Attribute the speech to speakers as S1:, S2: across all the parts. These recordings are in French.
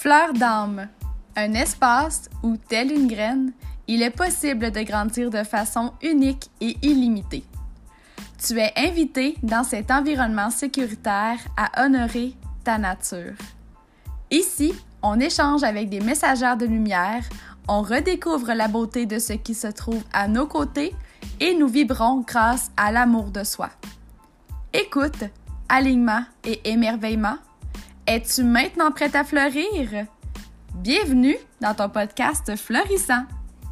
S1: Fleur d'âme, un espace où, telle une graine, il est possible de grandir de façon unique et illimitée. Tu es invité dans cet environnement sécuritaire à honorer ta nature. Ici, on échange avec des messagères de lumière, on redécouvre la beauté de ce qui se trouve à nos côtés et nous vibrons grâce à l'amour de soi. Écoute, alignement et émerveillement. Es-tu maintenant prête à fleurir? Bienvenue dans ton podcast Fleurissant.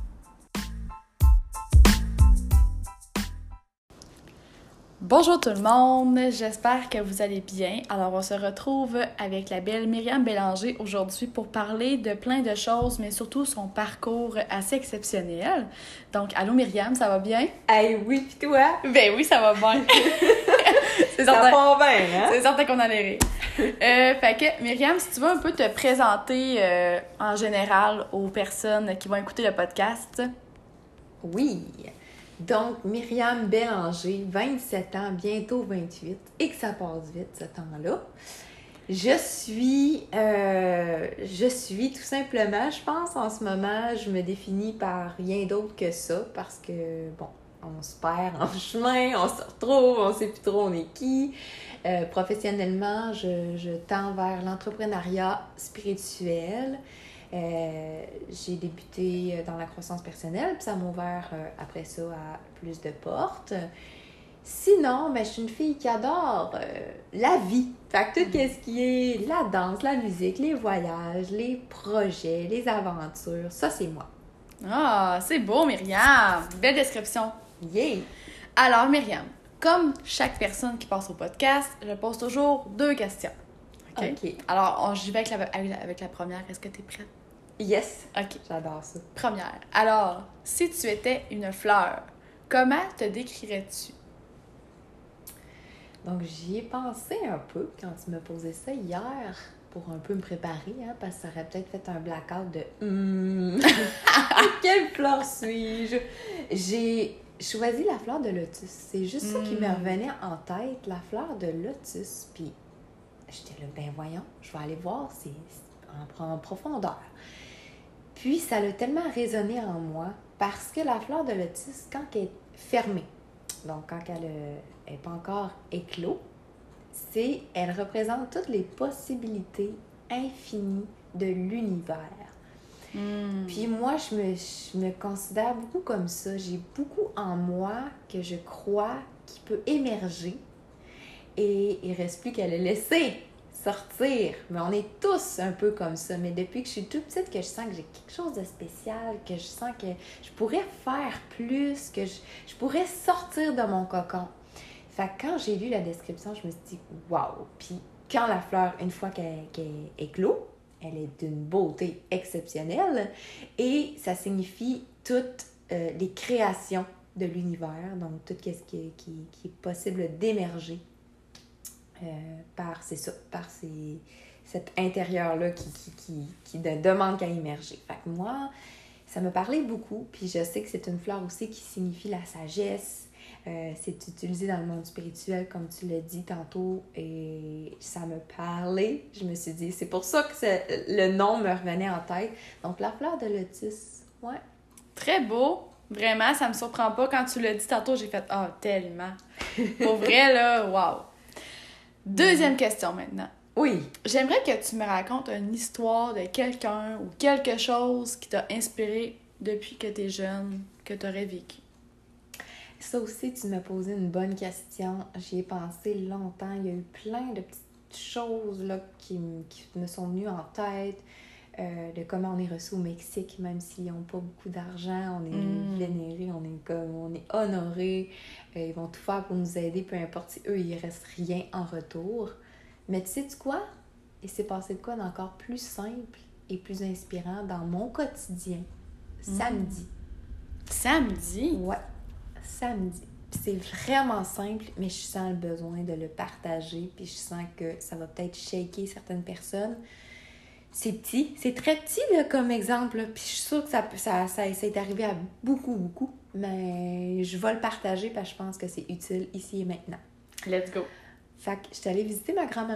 S1: Bonjour tout le monde, j'espère que vous allez bien. Alors on se retrouve avec la belle Myriam Bélanger aujourd'hui pour parler de plein de choses, mais surtout son parcours assez exceptionnel. Donc allô Myriam, ça va bien?
S2: Hey oui, pis toi?
S1: Ben oui, ça va bien.
S2: Ça part bien, hein?
S1: C'est certain qu'on allait rire. Fait que Myriam, si tu veux un peu te présenter en général aux personnes qui vont écouter le podcast.
S2: Oui. Donc, Myriam Bélanger, 27 ans, bientôt 28, et que ça passe vite ce temps-là. Je suis tout simplement, je pense en ce moment, je me définis par rien d'autre que ça, parce que, bon, on se perd en chemin, on se retrouve, on sait plus trop on est qui. Professionnellement, je tends vers l'entrepreneuriat spirituel. J'ai débuté dans la croissance personnelle, puis ça m'a ouvert après ça à plus de portes. Sinon, je suis une fille qui adore la vie. Fait que tout ce qui est la danse, la musique, les voyages, les projets, les aventures, ça c'est moi.
S1: Ah, c'est beau Myriam! Belle description.
S2: Yeah!
S1: Alors Myriam, comme chaque personne qui passe au podcast, je pose toujours 2 questions. OK? Alors, j'y vais avec la première. Est-ce que tu es prête?
S2: Yes!
S1: OK.
S2: J'adore ça.
S1: Première. Alors, si tu étais une fleur, comment te décrirais-tu?
S2: Donc, j'y ai pensé un peu quand tu m'as posé ça hier pour un peu me préparer, hein, parce que ça aurait peut-être fait un blackout de quelle fleur suis-je? J'ai choisi la fleur de lotus. C'est juste ça qui me revenait en tête, la fleur de lotus. Puis, j'étais là, voyons, je vais aller voir, c'est en profondeur. Puis, ça a tellement résonné en moi parce que la fleur de lotus, quand elle est fermée, donc quand elle n'est pas encore éclos, elle représente toutes les possibilités infinies de l'univers. Puis moi, je me considère beaucoup comme ça. J'ai beaucoup en moi que je crois qui peut émerger et il ne reste plus qu'à le laisser sortir. Mais on est tous un peu comme ça. Mais depuis que je suis toute petite, que je sens que j'ai quelque chose de spécial, que je sens que je pourrais faire plus, que je pourrais sortir de mon cocon. Fait que quand j'ai lu la description, je me suis dit « wow ». Puis quand la fleur, une fois qu'elle éclot, elle est d'une beauté exceptionnelle et ça signifie toutes les créations de l'univers, donc tout ce qui est possible d'émerger par cet intérieur-là qui ne demande qu'à émerger. Fait que moi, ça me parlait beaucoup, puis je sais que c'est une fleur aussi qui signifie la sagesse. C'est utilisé dans le monde spirituel, comme tu l'as dit tantôt, et ça me parlait. Je me suis dit, c'est pour ça que le nom me revenait en tête. Donc, la fleur de lotus, ouais.
S1: Très beau. Vraiment, ça me surprend pas. Quand tu l'as dit tantôt, j'ai fait « ah, tellement! » Pour vrai, là, wow! Deuxième question maintenant.
S2: Oui.
S1: J'aimerais que tu me racontes une histoire de quelqu'un ou quelque chose qui t'a inspiré depuis que t'es jeune, que t'aurais vécu.
S2: Ça aussi, tu m'as posé une bonne question. J'y ai pensé longtemps. Il y a eu plein de petites choses là, qui me sont venues en tête. De comment on est reçu au Mexique, même s'ils n'ont pas beaucoup d'argent. On est vénérés, on est honorés. Ils vont tout faire pour nous aider, peu importe si eux, il ne reste rien en retour. Mais tu sais quoi? Il s'est passé de quoi d'encore plus simple et plus inspirant dans mon quotidien. Samedi.
S1: Samedi?
S2: Ouais. Samedi. C'est vraiment simple, mais je sens le besoin de le partager, puis je sens que ça va peut-être shaker certaines personnes. C'est petit, c'est très petit là, comme exemple, là. Puis je suis sûre que ça est arrivé à beaucoup, mais je vais le partager parce que je pense que c'est utile ici et maintenant.
S1: Let's go!
S2: Fait que je suis allée visiter ma grand-maman.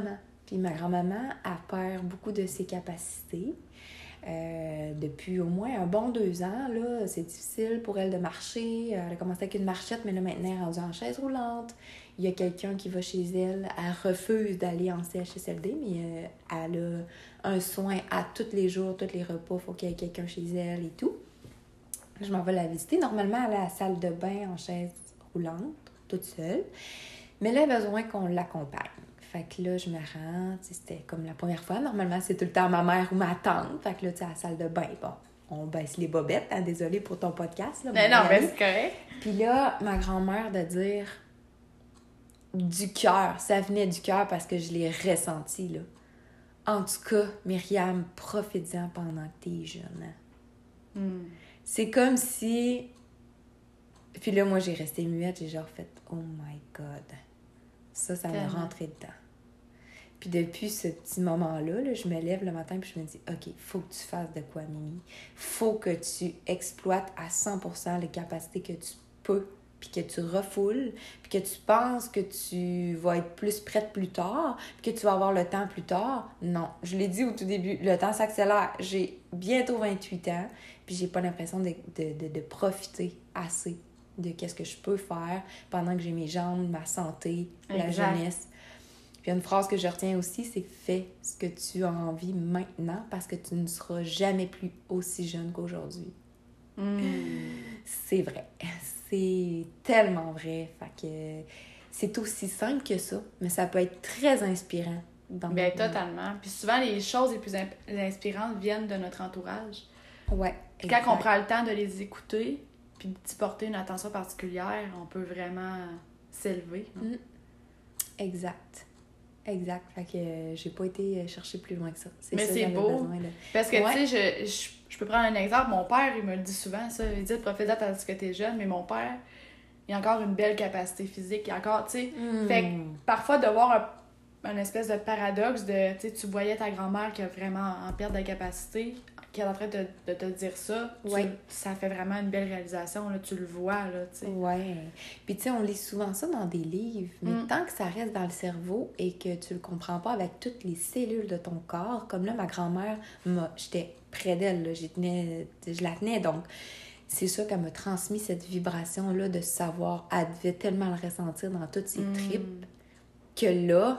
S2: Puis ma grand-maman, elle perd beaucoup de ses capacités. Depuis au moins un bon 2 ans, là, c'est difficile pour elle de marcher. Elle a commencé avec une marchette, mais là, maintenant, elle est rendue en chaise roulante. Il y a quelqu'un qui va chez elle. Elle refuse d'aller en CHSLD, mais elle a un soin à tous les jours, tous les repas. Il faut qu'il y ait quelqu'un chez elle et tout. Je m'en vais la visiter. Normalement, elle est à la salle de bain en chaise roulante, toute seule. Mais là, elle a besoin qu'on l'accompagne. Fait que là, je me rends, c'était comme la première fois. Normalement, c'est tout le temps ma mère ou ma tante. Fait que là, tu sais, à la salle de bain, bon, on baisse les bobettes, hein, désolée pour ton podcast. Là,
S1: mais non, mais c'est correct.
S2: Puis là, ma grand-mère de dire du cœur, ça venait du cœur parce que je l'ai ressenti, là. En tout cas, Myriam, profite-en pendant que t'es jeune. Hein. C'est comme si... Puis là, moi, j'ai resté muette, j'ai genre fait « Oh my God! » Ça m'a rentré dedans. Puis depuis ce petit moment-là, là, je me lève le matin puis je me dis « OK, faut que tu fasses de quoi, Mimi. Faut que tu exploites à 100% les capacités que tu peux, puis que tu refoules, puis que tu penses que tu vas être plus prête plus tard, puis que tu vas avoir le temps plus tard. Non, je l'ai dit au tout début, le temps s'accélère. J'ai bientôt 28 ans, puis j'ai pas l'impression de profiter assez de qu'est-ce que je peux faire pendant que j'ai mes jambes, ma santé, la jeunesse. Puis une phrase que je retiens aussi, c'est « Fais ce que tu as envie maintenant parce que tu ne seras jamais plus aussi jeune qu'aujourd'hui. » C'est vrai. C'est tellement vrai. Fait que c'est aussi simple que ça, mais ça peut être très inspirant.
S1: Bien, totalement. Puis souvent, les choses les plus inspirantes viennent de notre entourage.
S2: Ouais.
S1: Puis quand on prend le temps de les écouter, puis d'y porter une attention particulière, on peut vraiment s'élever.
S2: Exact. Fait que j'ai pas été chercher plus loin que ça.
S1: Mais
S2: ça,
S1: c'est beau. Parce que,
S2: ouais.
S1: tu sais, je peux prendre un exemple. Mon père, il me le dit souvent, ça. Il dit « Profite-en tandis que t'es jeune », mais mon père, il a encore une belle capacité physique. Il a encore, tu sais... Fait que parfois, de voir un espèce de paradoxe de, tu sais, tu voyais ta grand-mère qui est vraiment en perte de capacité, qui est en train de te dire ça, ça fait vraiment une belle réalisation, là, tu le vois, là, tu sais.
S2: Ouais. Puis, tu sais, on lit souvent ça dans des livres, mais tant que ça reste dans le cerveau et que tu le comprends pas avec toutes les cellules de ton corps, comme là, ma grand-mère, j'étais près d'elle, là, je la tenais, donc c'est sûr qu'elle m'a transmis cette vibration-là de savoir, elle devait tellement le ressentir dans toutes ses tripes, que là,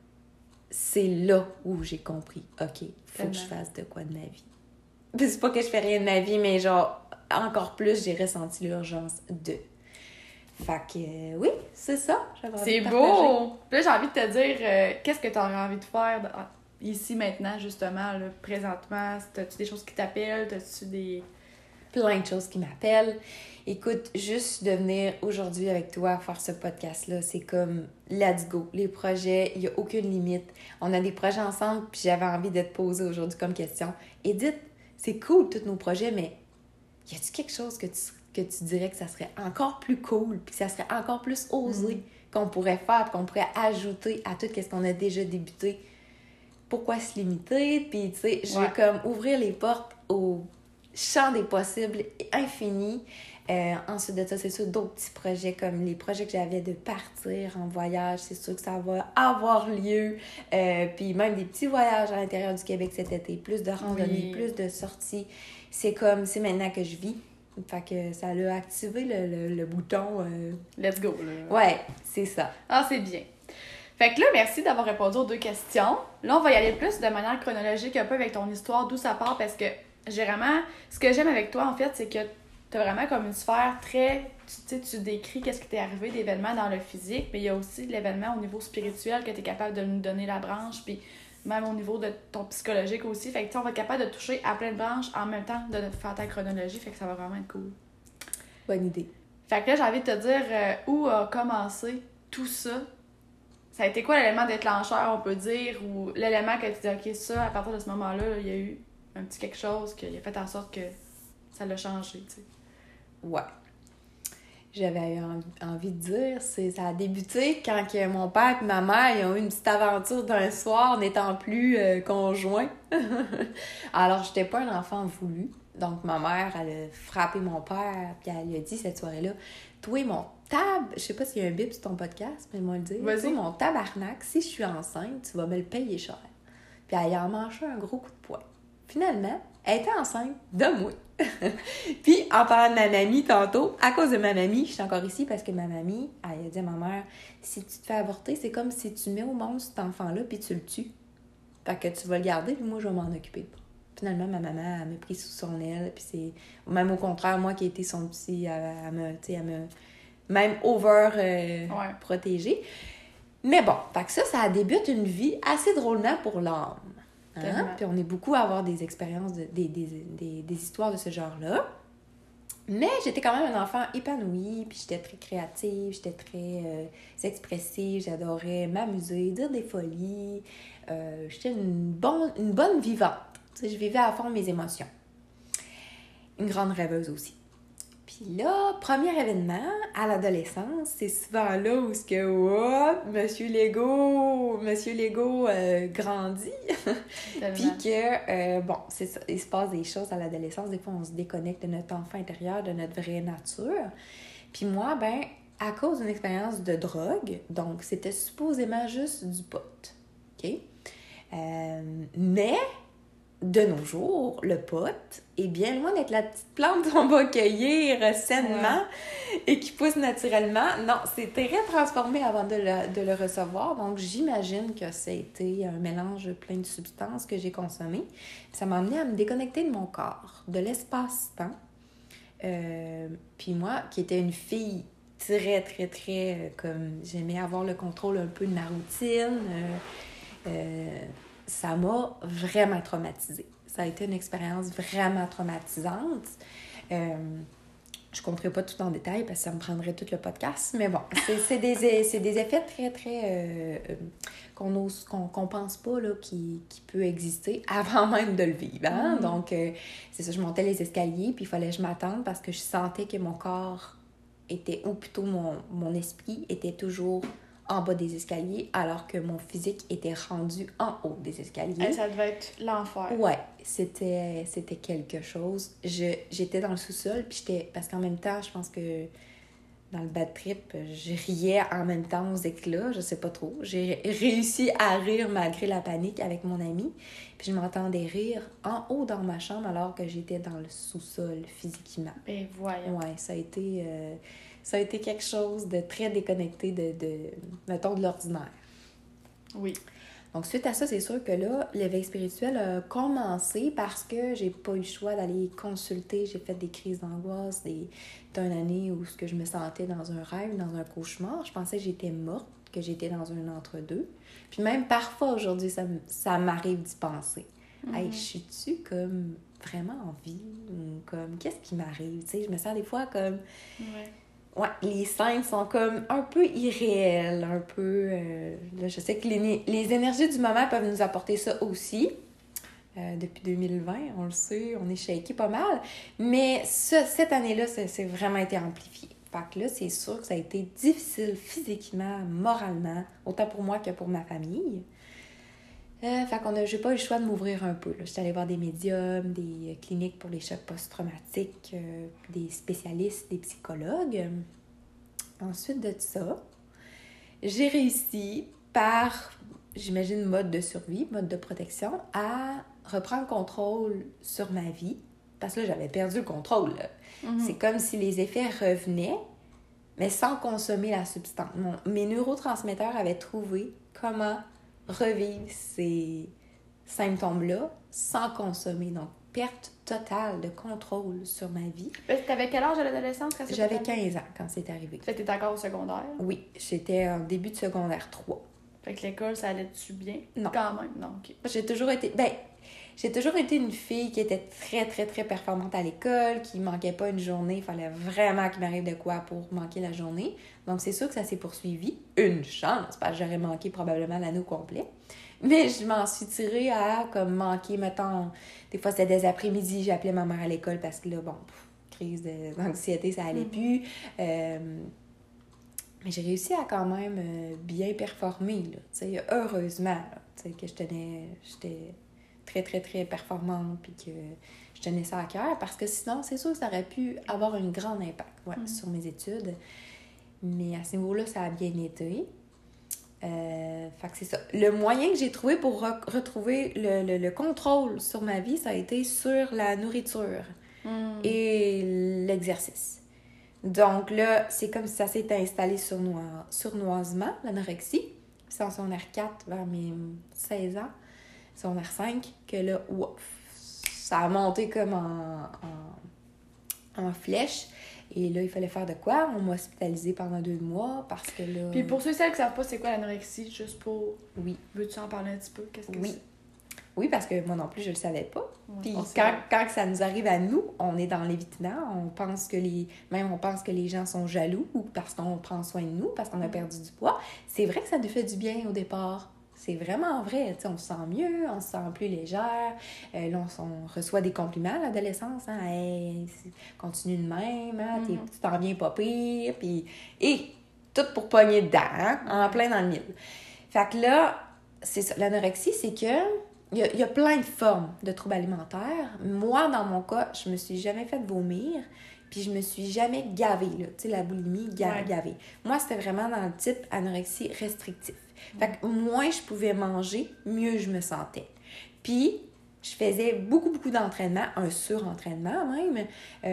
S2: c'est là où j'ai compris, OK, faut que je fasse de quoi de ma vie. Puis c'est pas que je fais rien de ma vie, mais genre, encore plus, j'ai ressenti l'urgence de. Fait que, oui, c'est ça.
S1: C'est beau! Puis là, j'ai envie de te dire, qu'est-ce que tu aurais envie de faire ici, maintenant, justement, là, présentement? T'as-tu des choses qui t'appellent? T'as-tu des...
S2: Plein de choses qui m'appellent. Écoute, juste de venir aujourd'hui avec toi faire ce podcast-là, c'est comme let's go. Les projets, il n'y a aucune limite. On a des projets ensemble, puis j'avais envie de te poser aujourd'hui comme question. Edith, c'est cool tous nos projets, mais y a-tu quelque chose que tu dirais que ça serait encore plus cool, puis que ça serait encore plus osé, qu'on pourrait faire, qu'on pourrait ajouter à tout ce qu'on a déjà débuté? Pourquoi se limiter? Puis, tu sais, je veux comme ouvrir les portes au champ des possibles infini. Ensuite de ça, c'est sûr, d'autres petits projets comme les projets que j'avais de partir en voyage, c'est sûr que ça va avoir lieu. Puis même des petits voyages à l'intérieur du Québec cet été, plus de randonnées, plus de sorties. C'est maintenant que je vis. Fait que ça a activé le bouton.
S1: Let's go, là.
S2: Ouais, c'est ça.
S1: Ah, c'est bien. Fait que là, merci d'avoir répondu aux 2 questions. Là, on va y aller plus de manière chronologique, un peu avec ton histoire, d'où ça part, parce que j'ai vraiment... Ce que j'aime avec toi, en fait, c'est que t'as vraiment comme une sphère très... Tu sais, tu décris qu'est-ce qui t'est arrivé d'événements dans le physique, mais il y a aussi de l'événement au niveau spirituel que t'es capable de nous donner la branche, puis même au niveau de ton psychologique aussi. Fait que, tu sais, on va être capable de toucher à plein de branches en même temps de faire ta chronologie, fait que ça va vraiment être cool.
S2: Bonne idée.
S1: Fait que là, j'ai envie de te dire où a commencé tout ça. Ça a été quoi l'élément déclencheur, on peut dire, ou l'élément que tu dis, OK, ça, à partir de ce moment-là, il y a eu un petit quelque chose qui a fait en sorte que ça l'a changé, tu sais.
S2: Ouais. J'avais envie de dire, ça a débuté quand que mon père et ma mère ils ont eu une petite aventure d'un soir n'étant plus conjoints. Alors, j'étais pas un enfant voulu. Donc, ma mère, elle a frappé mon père, puis elle lui a dit cette soirée-là, toi, mon je sais pas s'il y a un bip sur ton podcast, mais moi le dire.
S1: Vas-y.
S2: Toi, mon tabarnak, si je suis enceinte, tu vas me le payer cher. Puis elle a mangé un gros coup de poing. Finalement, elle était enceinte de moi. Puis, en parlant de ma mamie tantôt, à cause de ma mamie, je suis encore ici parce que ma mamie, elle a dit à ma mère, si tu te fais avorter, c'est comme si tu mets au monde cet enfant-là, puis tu le tues. Fait que tu vas le garder, puis moi, je vais m'en occuper. Finalement, ma maman, elle m'a pris sous son aile, puis c'est... Même au contraire, moi qui ai été son petit... Elle me même protégée. Mais bon, fait que ça débute une vie assez drôlement pour l'âme. Hein? Puis on est beaucoup à avoir des expériences, des histoires de ce genre-là. Mais j'étais quand même un enfant épanoui, puis j'étais très créative, j'étais très expressive, j'adorais m'amuser, dire des folies. J'étais une bonne vivante. Tu sais, je vivais à fond mes émotions. Une grande rêveuse aussi. Puis là, premier événement, à l'adolescence, c'est souvent là où Monsieur Legault grandit. Puis que, c'est ça, il se passe des choses à l'adolescence. Des fois, on se déconnecte de notre enfant intérieur, de notre vraie nature. Puis moi, à cause d'une expérience de drogue, donc c'était supposément juste du pot. OK? Mais... de nos jours, le pot est bien loin d'être la petite plante qu'on va cueillir sainement et qui pousse naturellement. Non, c'est très transformé avant de le recevoir. Donc, j'imagine que ça a été un mélange plein de substances que j'ai consommé. Ça m'a amené à me déconnecter de mon corps, de l'espace-temps. Puis moi, qui étais une fille très, très, très... comme j'aimais avoir le contrôle un peu de ma routine... ça m'a vraiment traumatisée. Ça a été une expérience vraiment traumatisante. Je ne compterai pas tout en détail parce que ça me prendrait tout le podcast, mais bon, c'est des effets très, très... qu'on pense pas là, qui peut exister avant même de le vivre. Hein? Donc, c'est ça, je montais les escaliers, puis il fallait que je m'attende parce que je sentais que mon corps était, ou plutôt mon esprit était toujours... en bas des escaliers, alors que mon physique était rendu en haut des escaliers.
S1: Et ça devait être l'enfer.
S2: Ouais, c'était quelque chose. J'étais dans le sous-sol, puis parce qu'en même temps, je pense que dans le bad trip, je riais en même temps aux éclats, je sais pas trop. J'ai réussi à rire malgré la panique avec mon ami, puis je m'entendais rire en haut dans ma chambre alors que j'étais dans le sous-sol physiquement.
S1: Et voyons.
S2: Ouais, ça a été quelque chose de très déconnecté mettons, de l'ordinaire.
S1: Oui.
S2: Donc, suite à ça, c'est sûr que là, l'éveil spirituel a commencé parce que j'ai pas eu le choix d'aller consulter. J'ai fait des crises d'angoisse d'une année où je me sentais dans un rêve, dans un cauchemar. Je pensais que j'étais morte, que j'étais dans un entre-deux. Puis même parfois, aujourd'hui, ça m'arrive d'y penser. Hey, je suis-tu comme vraiment en vie? Ou comme, qu'est-ce qui m'arrive? Tu sais, je me sens des fois comme... Ouais, les scènes sont comme un peu irréelles, un peu... là, je sais que les énergies du moment peuvent nous apporter ça aussi. Depuis 2020, on le sait, on est shaké pas mal. Mais cette année-là, c'est vraiment été amplifié. Fait que là, c'est sûr que ça a été difficile physiquement, moralement, autant pour moi que pour ma famille. Fait que j'ai pas eu le choix de m'ouvrir un peu. Là. J'étais allée voir des médiums, des cliniques pour les chocs post-traumatiques, des spécialistes, des psychologues. Ensuite de ça, j'ai réussi par, j'imagine, mode de survie, mode de protection, à reprendre contrôle sur ma vie. Parce que là, j'avais perdu le contrôle. C'est comme si les effets revenaient, mais sans consommer la substance. Mes neurotransmetteurs avaient trouvé comment revivre ces symptômes-là sans consommer. Donc, perte totale de contrôle sur ma vie.
S1: T'avais quel âge à l'adolescence quand
S2: J'avais 15 ans quand c'est arrivé.
S1: Fait que t'étais encore au secondaire?
S2: Oui, j'étais en début de secondaire 3.
S1: Fait que l'école, ça allait-tu bien?
S2: Non.
S1: Quand même, non. Okay.
S2: J'ai toujours été une fille qui était très, très, très performante à l'école, qui manquait pas une journée. Il fallait vraiment qu'il m'arrive de quoi pour manquer la journée. Donc, c'est sûr que ça s'est poursuivi. Une chance, parce que j'aurais manqué probablement l'année au complet. Mais je m'en suis tirée à comme manquer, mettons, des fois c'était des après-midi, j'appelais ma mère à l'école parce que là, crise d'anxiété, ça allait plus. Mais j'ai réussi à quand même bien performer, là, tu sais, heureusement, là, tu sais, que très, très, très performante, puis que je tenais ça à cœur, parce que sinon, c'est sûr que ça aurait pu avoir un grand impact sur mes études. Mais à ce niveau-là, ça a bien été. Fait que c'est ça. Le moyen que j'ai trouvé pour retrouver le contrôle sur ma vie, ça a été sur la nourriture et l'exercice. Donc là, c'est comme si ça s'était installé sournoisement, l'anorexie. C'est en secondaire 4, vers mes 16 ans, secondaire 5, que là, ça a monté comme en flèche. Et là, il fallait faire de quoi? On m'a hospitalisée pendant 2 mois parce que là...
S1: Puis pour ceux et celles qui ne savent pas c'est quoi l'anorexie, juste pour...
S2: Oui.
S1: Veux-tu en parler un petit peu? Qu'est-ce que
S2: oui.
S1: c'est?
S2: Oui, parce que moi non plus, je le savais pas.
S1: Ouais,
S2: Puis quand ça nous arrive à nous, on est dans l'évitement, on pense que les gens sont jaloux ou parce qu'on prend soin de nous, parce qu'on a perdu du poids. C'est vrai que ça nous fait du bien au départ. C'est vraiment vrai. T'sais, on se sent mieux, on se sent plus légère. Là, on reçoit des compliments à l'adolescence. Hein? Hey, continue de même, hein? Tu t'en viens pas pire. Puis, tout pour pogner dedans, hein? En plein dans le mille. Fait que là, c'est ça. L'anorexie, c'est que il y a plein de formes de troubles alimentaires. Moi, dans mon cas, je me suis jamais fait vomir, puis je me suis jamais gavée, là. Tu sais, la boulimie, gavée. Moi, c'était vraiment dans le type anorexie restrictif. Fait que moins je pouvais manger, mieux je me sentais. Puis, je faisais beaucoup, beaucoup d'entraînement, un surentraînement même,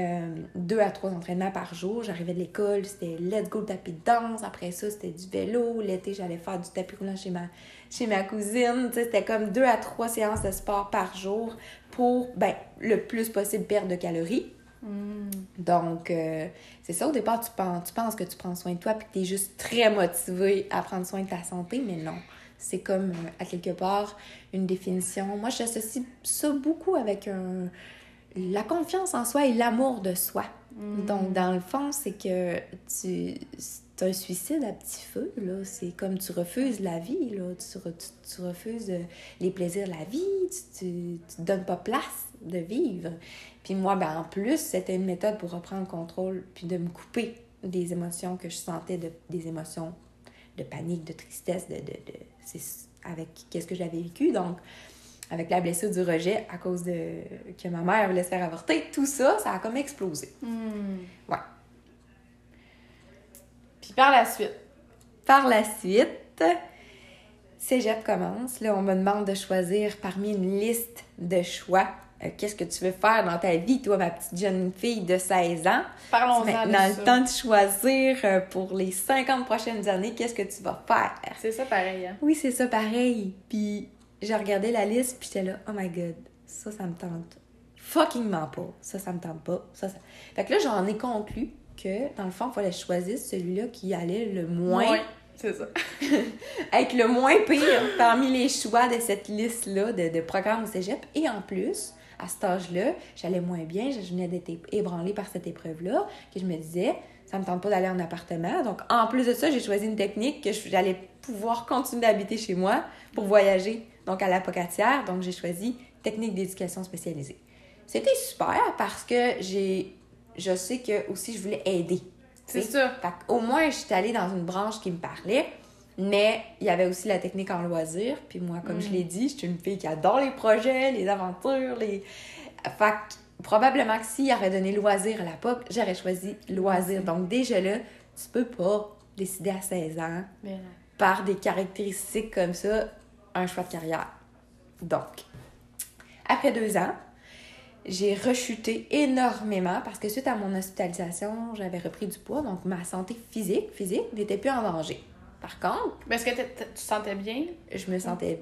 S2: 2 à 3 entraînements par jour. J'arrivais de l'école, c'était let's go tapis de danse. Après ça, c'était du vélo. L'été, j'allais faire du tapis roulant chez ma cousine. Tu sais, c'était comme 2 à 3 séances de sport par jour pour, le plus possible perdre de calories. Donc, c'est ça, au départ, tu penses que tu prends soin de toi puis que tu es juste très motivé à prendre soin de ta santé, mais non. C'est comme, à quelque part, une définition. Moi, j'associe ça beaucoup avec la confiance en soi et l'amour de soi. Donc, dans le fond, c'est que c'est un suicide à petit feu, là. C'est comme tu refuses la vie, là. Tu refuses les plaisirs de la vie. Tu te donnes pas place de vivre. Puis moi, en plus, c'était une méthode pour reprendre le contrôle puis de me couper des émotions que je sentais, des émotions de panique, de tristesse, c'est avec qu'est-ce que j'avais vécu. Donc, avec la blessure du rejet à cause de que ma mère voulait se faire avorter, tout ça, ça a comme explosé. Ouais.
S1: Puis par la suite,
S2: cégep commence. Là, on me demande de choisir parmi une liste de choix. Qu'est-ce que tu veux faire dans ta vie, toi, ma petite jeune fille de 16 ans?
S1: Parlons-en de
S2: maintenant
S1: ça.
S2: Le temps de choisir pour les 50 prochaines années, qu'est-ce que tu vas faire?
S1: C'est ça pareil, hein?
S2: Oui, c'est ça pareil. Puis j'ai regardé la liste, puis j'étais là, oh my god, ça me tente fuckingment pas. Ça me tente pas. Fait que là, j'en ai conclu que, dans le fond, il fallait que je choisisse celui-là qui allait le moins...
S1: Ouais, c'est ça.
S2: être le moins pire parmi les choix de cette liste-là de programmes au cégep. Et en plus, à cet âge-là, j'allais moins bien. Je venais d'être ébranlée par cette épreuve-là, que je me disais, ça me tente pas d'aller en appartement. Donc, en plus de ça, j'ai choisi une technique que j'allais pouvoir continuer d'habiter chez moi pour voyager, donc à la Pocatière. Donc, j'ai choisi technique d'éducation spécialisée. C'était super parce que je sais que aussi je voulais aider.
S1: C'est ça.
S2: Fait qu'au moins, j'étais allée dans une branche qui me parlait, mais il y avait aussi la technique en loisir. Puis moi, comme je l'ai dit, je suis une fille qui adore les projets, les aventures, Fait que probablement que s'il avait donné loisir à la POC, j'aurais choisi loisir. Donc déjà là, tu peux pas décider à 16 ans, par des caractéristiques comme ça, un choix de carrière. Donc, après 2 ans, j'ai rechuté énormément parce que suite à mon hospitalisation, j'avais repris du poids, donc ma santé physique n'était plus en danger. Par contre...
S1: Est-ce que tu te sentais bien?
S2: Je me sentais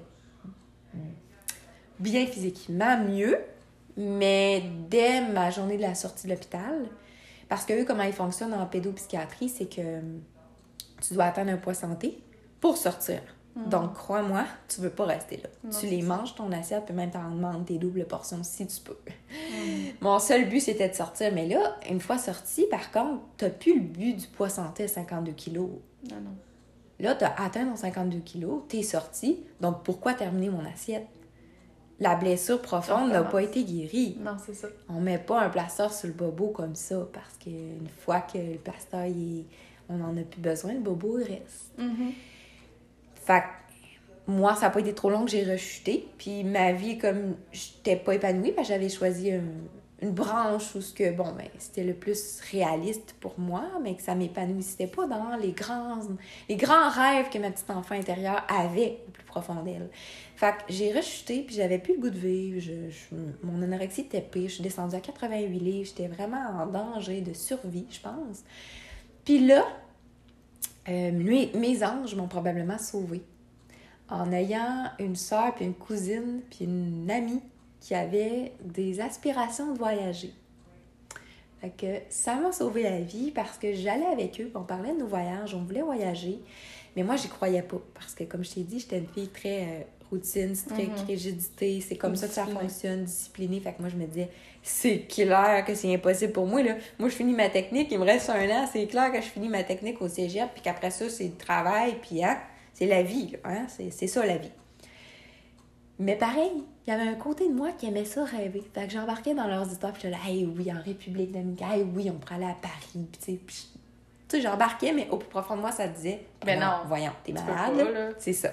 S2: bien physiquement, mieux, mais dès ma journée de la sortie de l'hôpital, parce que eux, comment ils fonctionnent en pédopsychiatrie, c'est que tu dois atteindre un poids santé pour sortir. Donc, crois-moi, tu veux pas rester là.
S1: Non,
S2: tu les manges, ton assiette, puis même t'en demandes tes doubles portions si tu peux. Mon seul but, c'était de sortir. Mais là, une fois sorti, par contre, t'as plus le but du poids santé à 52 kilos.
S1: Non.
S2: Là, t'as atteint ton 52 kilos, t'es sorti. Donc, pourquoi terminer mon assiette? La blessure profonde n'a pas été guérie.
S1: Non, c'est ça.
S2: On met pas un plaster sur le bobo comme ça, parce qu'une fois que le plaster, on n'en a plus besoin, le bobo, il reste. Fait moi, ça n'a pas été trop long que j'ai rechuté. Puis ma vie, comme j'étais pas épanouie, parce que j'avais choisi une branche où c'était le plus réaliste pour moi, mais que ça m'épanouissait pas dans les grands rêves que ma petite enfant intérieure avait au plus profond d'elle. Fait que j'ai rechuté, puis j'avais plus le goût de vivre. Mon anorexie était pire. Je suis descendue à 88 livres. J'étais vraiment en danger de survie, je pense. Puis là, mes anges m'ont probablement sauvée. En ayant une sœur, puis une cousine, puis une amie qui avait des aspirations de voyager. Fait que ça m'a sauvé la vie parce que j'allais avec eux, on parlait de nos voyages, on voulait voyager, mais moi, j'y croyais pas parce que, comme je t'ai dit, j'étais une fille très routine, strict, rigidité, c'est comme ça que ça fonctionne, disciplinée. Fait que moi, je me disais, c'est clair que c'est impossible pour moi, là. Moi, je finis ma technique, il me reste 1 an, c'est clair que je finis ma technique au cégep, puis qu'après ça, c'est le travail, puis c'est la vie, là, hein? C'est ça, la vie. Mais pareil, il y avait un côté de moi qui aimait ça rêver. Fait que j'embarquais dans leurs histoires, puis j'étais là, hey, oui, en République dominicaine, hey, oui, on pourrait aller à Paris, puis tu sais, j'embarquais, mais au plus profond de moi, ça disait, ben non, voyons, t'es malade, là. C'est ça.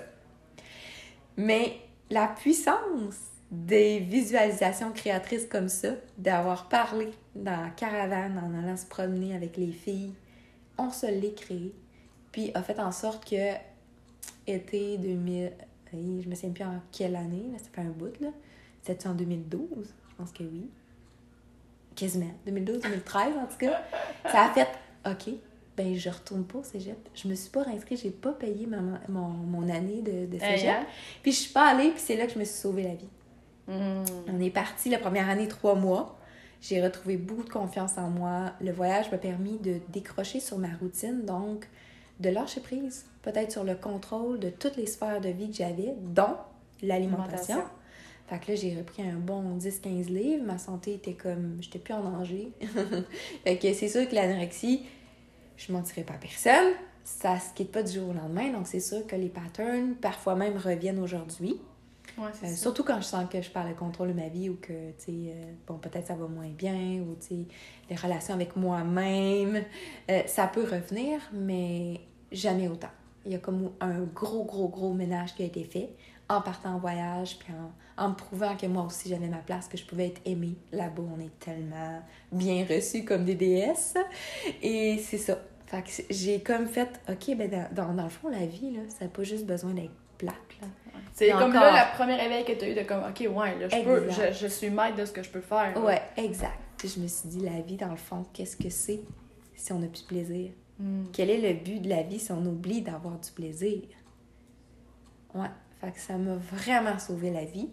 S2: Mais la puissance des visualisations créatrices comme ça, d'avoir parlé dans la caravane en allant se promener avec les filles, on se l'est créé, puis a fait en sorte que été 2000... Je me souviens plus en quelle année, là, ça fait un bout, là. C'était en 2012? Je pense que oui. Quasiment. 2012, 2013, en tout cas. Ça a fait, OK, ben je retourne pas au cégep. Je me suis pas réinscrite, j'ai pas payé mon année de cégep. Puis je suis pas allée, puis c'est là que je me suis sauvé la vie. On est parti la première année 3 mois. J'ai retrouvé beaucoup de confiance en moi. Le voyage m'a permis de décrocher sur ma routine, donc de lâcher prise, peut-être sur le contrôle de toutes les sphères de vie que j'avais, dont l'alimentation. Fait que là, j'ai repris un bon 10-15 livres. Ma santé était comme... J'étais plus en danger. Fait que c'est sûr que l'anorexie, je ne mentirais pas à personne. Ça se quitte pas du jour au lendemain. Donc, c'est sûr que les patterns, parfois même, reviennent aujourd'hui.
S1: Ouais, c'est ça.
S2: Surtout quand je sens que je perds le contrôle de ma vie ou que, tu sais, peut-être ça va moins bien ou, tu sais, les relations avec moi-même, ça peut revenir, mais jamais autant. Il y a comme un gros ménage qui a été fait en partant en voyage, puis en me prouvant que moi aussi j'avais ma place, que je pouvais être aimée. Là-bas, on est tellement bien reçus comme des déesses. Et c'est ça. Fait que j'ai comme fait, OK, ben dans le fond, la vie, là, ça n'a pas juste besoin d'être plate, là.
S1: C'est comme encore... là, la première éveil que tu as eu de comme, OK, ouais, là, je suis maître de ce que je peux faire. Là.
S2: Ouais, exact. Puis je me suis dit, la vie, dans le fond, qu'est-ce que c'est si on n'a plus de plaisir? Quel est le but de la vie si on oublie d'avoir du plaisir? Ouais, fait que ça m'a vraiment sauvé la vie.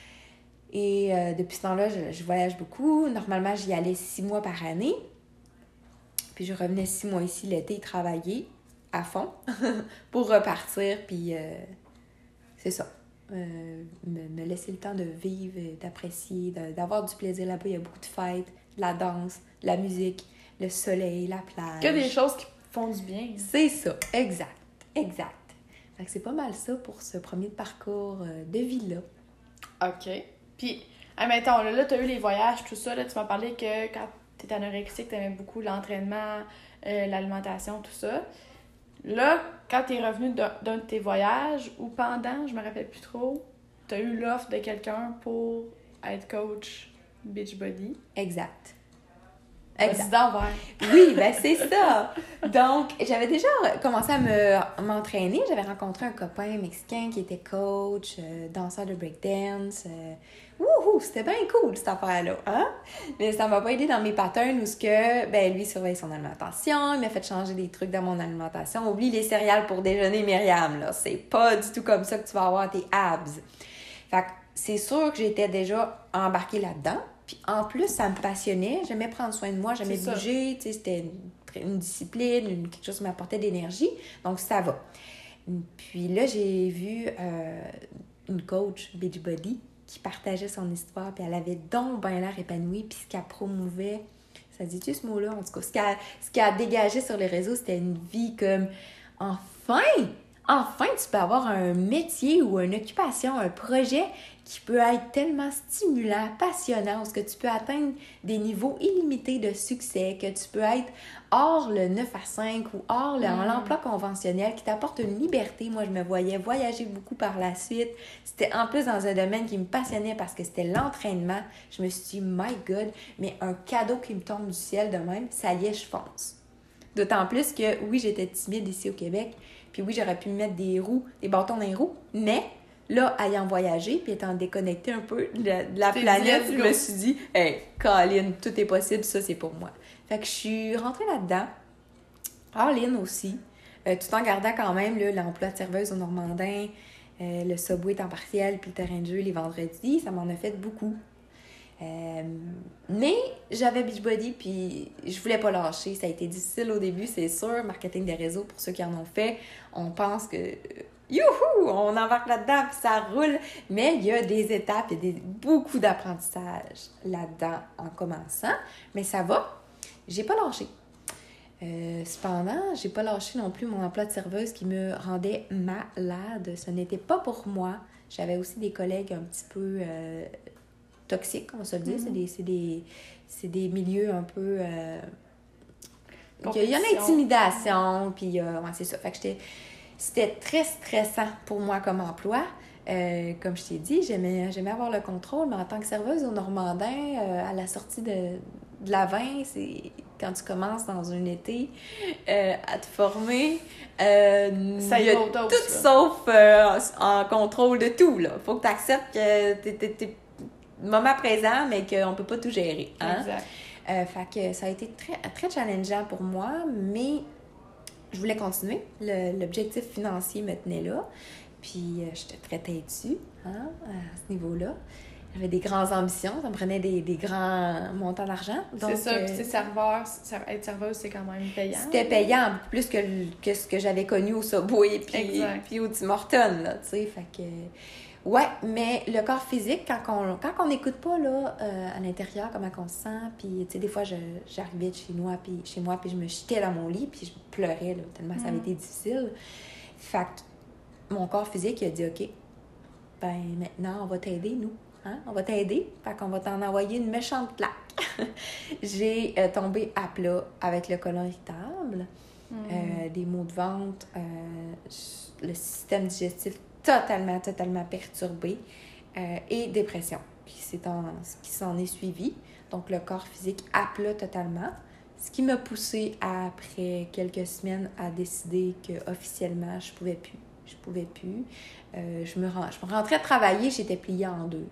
S2: Et depuis ce temps-là, je voyage beaucoup. Normalement, j'y allais 6 mois par année. Puis je revenais 6 mois ici l'été travailler à fond pour repartir, puis... c'est ça. Me laisser le temps de vivre, d'apprécier, d'avoir du plaisir là-bas. Il y a beaucoup de fêtes, de la danse, de la musique, le soleil, la plage.
S1: Que des choses qui font du bien.
S2: C'est ça, exact. Fait que c'est pas mal ça pour ce premier parcours de vie-là.
S1: OK. Puis, admettons, là, tu as eu les voyages, tout ça. Là, tu m'as parlé que quand tu étais anorexique, tu aimais beaucoup l'entraînement, l'alimentation, tout ça. Là, quand t'es revenu d'un de tes voyages ou pendant, je me rappelle plus trop, t'as eu l'offre de quelqu'un pour être coach Beachbody.
S2: Exact. Oui, ben c'est ça. Donc, j'avais déjà commencé à m'entraîner. J'avais rencontré un copain mexicain qui était coach, danseur de breakdance. Wouhou, c'était bien cool cette affaire-là, hein? Mais ça m'a pas aidé dans mes patterns où lui surveille son alimentation, il m'a fait changer des trucs dans mon alimentation. Oublie les céréales pour déjeuner, Myriam, là. C'est pas du tout comme ça que tu vas avoir tes abs. Fait que c'est sûr que j'étais déjà embarquée là-dedans. Puis en plus, ça me passionnait. J'aimais prendre soin de moi, j'aimais bouger. Tu sais, c'était une discipline, quelque chose qui m'apportait d'énergie. Donc, ça va. Puis là, j'ai vu une coach Beachbody qui partageait son histoire. Puis elle avait donc bien l'air épanouie. Puis ce qu'elle promouvait, ça dit-tu ce mot-là? En tout cas, ce qu'elle a dégagé sur les réseaux, c'était une vie comme... Enfin, tu peux avoir un métier ou une occupation, un projet qui peut être tellement stimulant, passionnant, parce que tu peux atteindre des niveaux illimités de succès, que tu peux être hors le 9 à 5 ou hors l'emploi conventionnel qui t'apporte une liberté. Moi, je me voyais voyager beaucoup par la suite. C'était en plus dans un domaine qui me passionnait parce que c'était l'entraînement. Je me suis dit, my God, mais un cadeau qui me tombe du ciel de même, ça y est, je fonce. D'autant plus que, oui, j'étais timide ici au Québec, puis oui, j'aurais pu me mettre des bâtons dans les roues, mais là, ayant voyagé, puis étant déconnectée un peu de la planète, je me suis dit, hey, Colin, tout est possible, ça, c'est pour moi. Fait que je suis rentrée là-dedans, all-in aussi, tout en gardant quand même là, l'emploi de serveuse au Normandin, le Subway temps partiel, puis le terrain de jeu les vendredis, ça m'en a fait beaucoup. Mais j'avais Beachbody puis je voulais pas lâcher. Ça a été difficile au début, c'est sûr. Marketing des réseaux, pour ceux qui en ont fait, on pense que youhou, on embarque là-dedans puis ça roule. Mais il y a des étapes, il y a beaucoup d'apprentissage là-dedans en commençant. Mais ça va, j'ai pas lâché. Cependant, j'ai pas lâché non plus mon emploi de serveuse qui me rendait malade. Ce n'était pas pour moi. J'avais aussi des collègues un petit peu toxiques, on se le dit. Mm-hmm. C'est des milieux un peu... il y a une intimidation, puis ouais, c'est ça. Fait que c'était très stressant pour moi comme emploi. Comme je t'ai dit, j'aimais avoir le contrôle, mais en tant que serveuse au Normandin, à la sortie de la 20, c'est quand tu commences dans un été à te former, ça y a tout sauf en contrôle de tout. Là. Faut que tu acceptes que t'es moment présent, mais qu'on peut pas tout gérer. Hein?
S1: Exact.
S2: Fait que ça a été très, très challengeant pour moi, mais je voulais continuer. L'objectif financier me tenait là. Puis j'étais très têtue hein, à ce niveau-là. J'avais des grandes ambitions, ça me prenait des grands montants d'argent.
S1: C'est ça, puis être serveuse, c'est quand même payant.
S2: C'était payant, plus que ce que j'avais connu au Subway puis au Tim Hortons, là, tu sais, fait que... Ouais, mais le corps physique, quand on n'écoute pas, là, à l'intérieur, comment on se sent, puis, tu sais, des fois, j'arrivais de chez moi, puis je me jetais dans mon lit, puis je pleurais, là, tellement ça avait été difficile. Fait que mon corps physique, il a dit, OK, ben maintenant, on va t'aider, nous. Hein? On va t'aider, fait qu'on va t'en envoyer une méchante plaque. J'ai tombé à plat avec le côlon irritable, des maux de ventre, le système digestif totalement perturbé et dépression qui s'en est suivi. Donc, le corps physique à plat totalement. Ce qui m'a poussée, après quelques semaines, à décider qu'officiellement, je pouvais plus. Je me rentrais travailler, j'étais pliée en deux.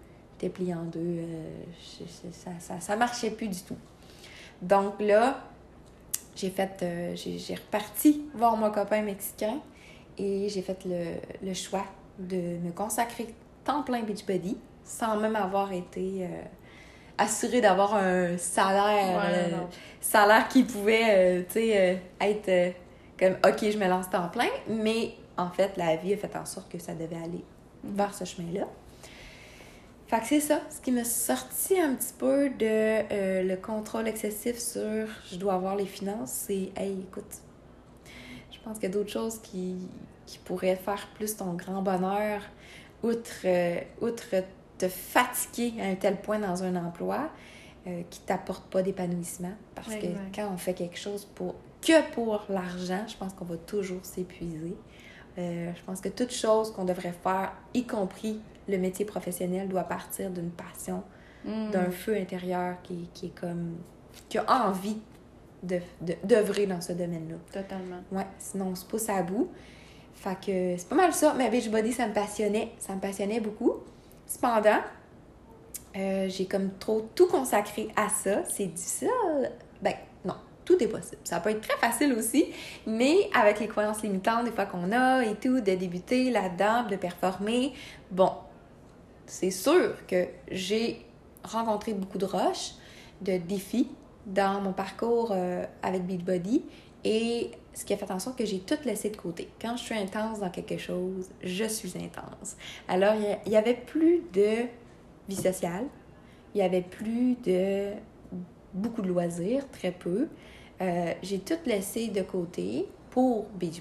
S2: Ça marchait plus du tout. Donc là, j'ai reparti voir mon copain mexicain et j'ai fait le choix de me consacrer temps plein Beachbody sans même avoir été assurée d'avoir un salaire, salaire qui pouvait être comme OK, je me lance temps plein, mais en fait, la vie a fait en sorte que ça devait aller vers ce chemin-là. Fait que c'est ça, ce qui m'a sorti un petit peu de le contrôle excessif sur je dois avoir les finances, c'est hey, écoute, je pense qu'il y a d'autres choses qui pourraient faire plus ton grand bonheur, outre te fatiguer à un tel point dans un emploi qui t'apporte pas d'épanouissement. Parce que quand on fait quelque chose pour l'argent, je pense qu'on va toujours s'épuiser. Je pense que toute chose qu'on devrait faire, y compris le métier professionnel, doit partir d'une passion, d'un feu intérieur qui est comme... qui a envie d'œuvrer dans ce domaine-là.
S1: Totalement.
S2: Ouais, sinon on se pousse à bout. Fait que c'est pas mal ça. Mais Beachbody, ça me passionnait beaucoup. Cependant, j'ai comme trop tout consacré à ça. C'est difficile. Ben, non. Tout est possible. Ça peut être très facile aussi, mais avec les croyances limitantes des fois qu'on a et tout, de débuter là-dedans, de performer, bon, c'est sûr que j'ai rencontré beaucoup de rushs, de défis dans mon parcours avec Beachbody et ce qui a fait en sorte que j'ai tout laissé de côté. Quand je suis intense dans quelque chose, je suis intense. Alors, il n'y avait plus de vie sociale, il n'y avait plus de beaucoup de loisirs, très peu. J'ai tout laissé de côté pour Beachbody.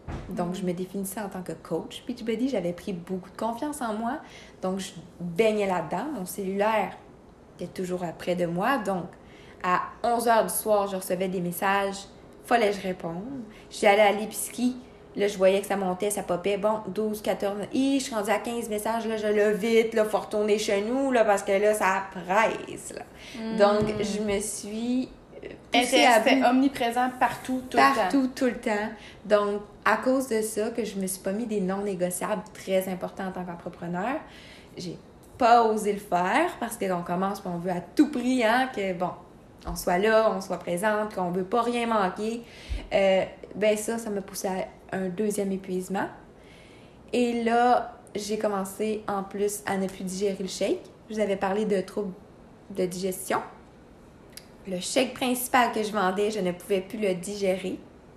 S2: Donc, je me définissais en tant que coach Beachbody. J'avais pris beaucoup de confiance en moi. Donc, je baignais là-dedans. Mon cellulaire était toujours près de moi. Donc, à 11h du soir, je recevais des messages. Fallait que je réponde. J'allais à l'épicerie. Là, je voyais que ça montait, ça popait. Bon, 12, 14. Je suis rendue à 15 messages. Là, je l'ai vite. Là, faut retourner chez nous. Là, parce que là, ça presse. Là. Donc, je me suis
S1: c'était omniprésent partout, tout le temps.
S2: Partout, tout le temps. Donc, à cause de ça, que je me suis pas mis des non négociables très importants en tant qu'entrepreneur, j'ai pas osé le faire parce que on commence puis on veut à tout prix, hein, que bon, on soit là, on soit présente, qu'on veut pas rien manquer. Ben ça m'a poussé à un deuxième épuisement. Et là, j'ai commencé en plus à ne plus digérer le shake. Je vous avais parlé de troubles de digestion. Le shake principal que je vendais, je ne pouvais plus le digérer.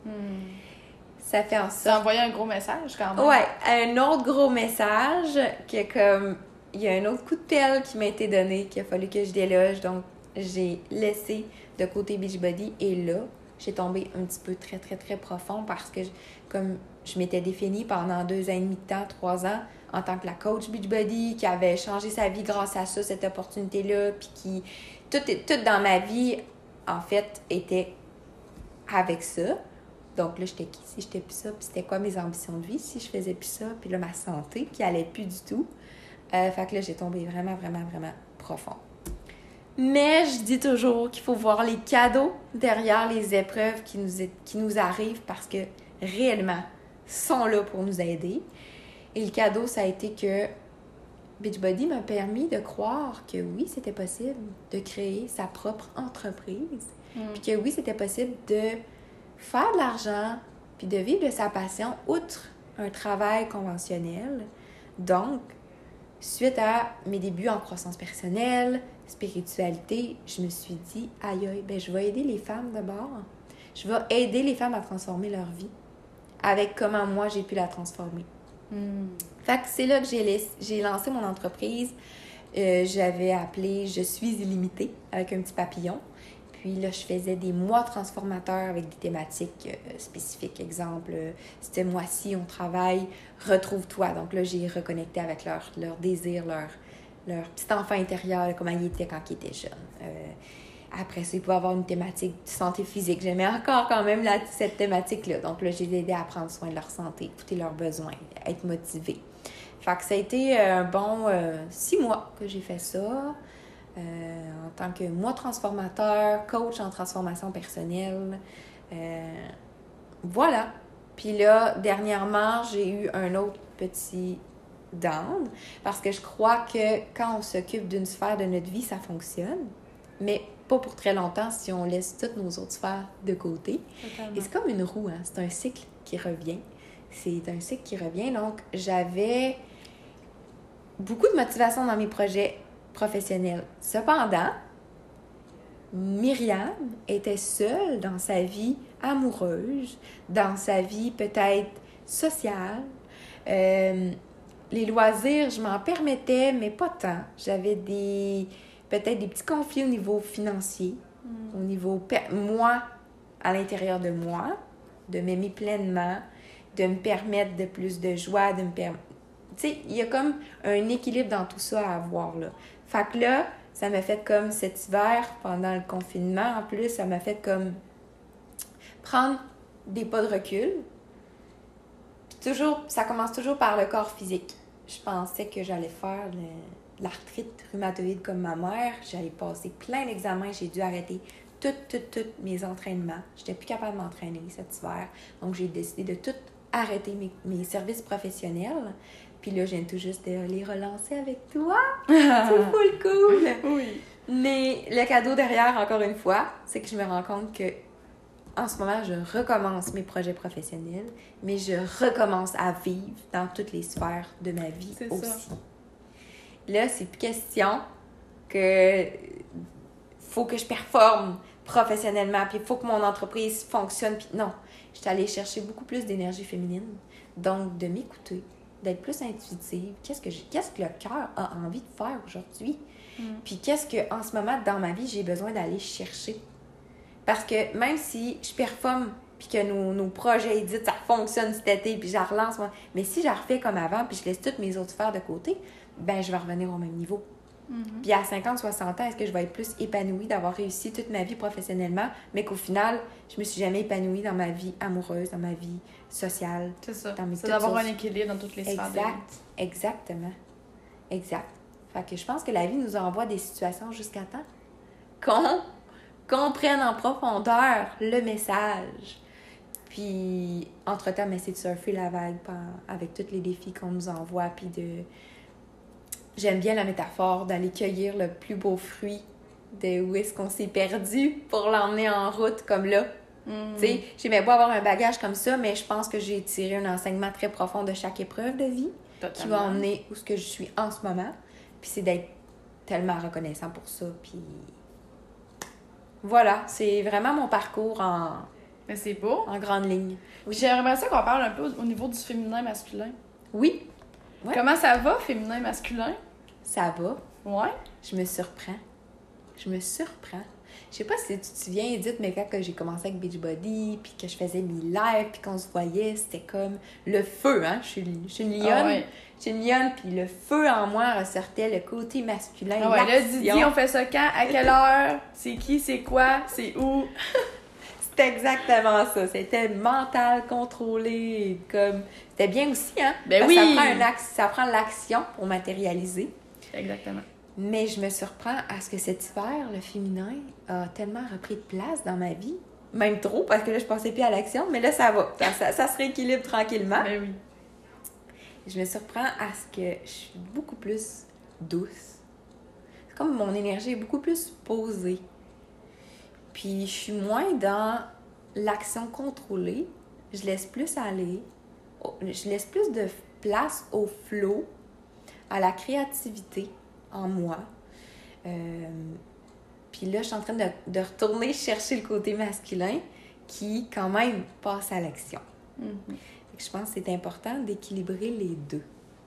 S2: Ça fait en sorte...
S1: Ça envoyait un gros message quand même.
S2: Ouais, un autre gros message que comme... Il y a un autre coup de pelle qui m'a été donné, qu'il a fallu que je déloge. Donc, j'ai laissé de côté Beachbody. Et là, j'ai tombé un petit peu très, très, très profond parce que comme je m'étais définie pendant 2 ans et demi de temps, 3 ans, en tant que la coach Beachbody, qui avait changé sa vie grâce à ça, cette opportunité-là, puis qui... Tout dans ma vie, en fait, était avec ça. Donc là, j'étais qui si j'étais plus ça? Puis c'était quoi mes ambitions de vie si je faisais plus ça? Puis là, ma santé qui allait plus du tout. Fait que là, j'ai tombé vraiment, vraiment, vraiment profond. Mais je dis toujours qu'il faut voir les cadeaux derrière les épreuves qui nous arrivent parce que réellement, sont là pour nous aider. Et le cadeau, ça a été que Beachbody m'a permis de croire que oui, c'était possible de créer sa propre entreprise. Puis que oui, c'était possible de faire de l'argent puis de vivre de sa passion outre un travail conventionnel. Donc, suite à mes débuts en croissance personnelle, spiritualité, je me suis dit, aïe, ben je vais aider les femmes d'abord. Je vais aider les femmes à transformer leur vie avec comment moi j'ai pu la transformer. Fait que c'est là que j'ai lancé mon entreprise. J'avais appelé « Je suis illimitée » avec un petit papillon. Puis là, je faisais des mois transformateurs avec des thématiques spécifiques. Exemple, ce mois-ci, on travaille « Retrouve-toi ». Donc là, j'ai reconnecté avec leur désir, leur petit enfant intérieur, comment il était quand il était jeune. Après ça, il pouvait avoir une thématique de santé physique. J'aimais encore quand même cette thématique-là. Donc là, j'ai aidé à prendre soin de leur santé, écouter leurs besoins, être motivée. Fait que ça a été un bon 6 mois que j'ai fait ça. En tant que moi transformateur, coach en transformation personnelle. Voilà. Puis là, dernièrement, j'ai eu un autre petit down parce que je crois que quand on s'occupe d'une sphère de notre vie, ça fonctionne. Mais pas pour très longtemps si on laisse toutes nos autres sphères de côté. Totalement. Et c'est comme une roue, hein? C'est un cycle qui revient. Donc, j'avais beaucoup de motivation dans mes projets professionnels. Cependant, Myriam était seule dans sa vie amoureuse, dans sa vie peut-être sociale. Les loisirs, je m'en permettais, mais pas tant. J'avais peut-être des petits conflits au niveau financier, au niveau moi, à l'intérieur de moi, de m'aimer pleinement, de me permettre de plus de joie, de me permettre... Tu sais, il y a comme un équilibre dans tout ça à avoir, là. Fait que là, ça m'a fait comme cet hiver, pendant le confinement, en plus, ça m'a fait comme prendre des pas de recul. Puis toujours, ça commence toujours par le corps physique. Je pensais que j'allais faire de l'arthrite rhumatoïde comme ma mère. J'allais passer plein d'examens. J'ai dû arrêter tous mes entraînements. J'étais plus capable de m'entraîner cet hiver. Donc, j'ai décidé de tout arrêter mes services professionnels. Puis là, je viens tout juste de les relancer avec toi. C'est full cool!
S1: Oui.
S2: Mais le cadeau derrière, encore une fois, c'est que je me rends compte que en ce moment, je recommence mes projets professionnels, mais je recommence à vivre dans toutes les sphères de ma vie aussi. Ça. Là, c'est plus question que faut que je performe professionnellement, puis il faut que mon entreprise fonctionne. Puis non, je suis allée chercher beaucoup plus d'énergie féminine. Donc, de m'écouter, d'être plus intuitive. Qu'est-ce que le cœur a envie de faire aujourd'hui? Puis qu'est-ce que en ce moment, dans ma vie, j'ai besoin d'aller chercher? Parce que même si je performe, puis que nos projets édits, ça fonctionne cet été, puis je la relance. Moi. Mais si je la refais comme avant, puis je laisse toutes mes autres sphères de côté, ben je vais revenir au même niveau. Puis à 50, 60 ans, est-ce que je vais être plus épanouie d'avoir réussi toute ma vie professionnellement, mais qu'au final, je me suis jamais épanouie dans ma vie amoureuse, dans ma vie sociale.
S1: C'est ça.
S2: Dans mes
S1: C'est d'avoir un équilibre dans toutes les sphères de vie.
S2: Exactement. Exact. Fait que je pense que la vie nous envoie des situations jusqu'à temps qu'on comprenne en profondeur le message. Puis, entre-temps, essayer de surfer la vague avec tous les défis qu'on nous envoie, puis de... J'aime bien la métaphore d'aller cueillir le plus beau fruit de où est-ce qu'on s'est perdu pour l'emmener en route comme là. Tu sais, j'aimais pas avoir un bagage comme ça, mais je pense que j'ai tiré un enseignement très profond de chaque épreuve de vie qui va emmener où ce que je suis en ce moment. Puis c'est d'être tellement reconnaissant pour ça. Puis voilà, c'est vraiment mon parcours
S1: Mais c'est beau.
S2: En grande ligne.
S1: Oui. J'aimerais ça qu'on parle un peu au niveau du féminin masculin.
S2: Oui. Ouais.
S1: Comment ça va, féminin masculin?
S2: Ça va.
S1: Ouais.
S2: Je me surprends. Je sais pas si tu te souviens, Edith, mais quand j'ai commencé avec Beachbody, puis que je faisais mes lives, puis qu'on se voyait, c'était comme le feu, hein? Je suis une lionne. Ah ouais. Je suis une lionne, puis le feu en moi ressortait le côté masculin.
S1: Ah ouais, là, Didi, on fait ça quand? À quelle heure? C'est qui? C'est quoi? C'est où?
S2: C'était exactement ça. C'était mental, contrôlé, comme... C'était bien aussi, hein?
S1: Ben
S2: parce
S1: oui!
S2: Ça prend l'action pour matérialiser.
S1: Exactement.
S2: Mais je me surprends à ce que cet hiver, le féminin a tellement repris de place dans ma vie. Même trop, parce que là, je pensais plus à l'action, mais là, ça va. Ça se rééquilibre tranquillement.
S1: Ben oui.
S2: Je me surprends à ce que je suis beaucoup plus douce. C'est comme mon énergie est beaucoup plus posée. Puis je suis moins dans l'action contrôlée. Je laisse plus aller. Je laisse plus de place au flow, à la créativité en moi. Puis là, je suis en train de retourner chercher le côté masculin qui, quand même, passe à l'action.
S1: Mm-hmm.
S2: Je pense que c'est important d'équilibrer les deux.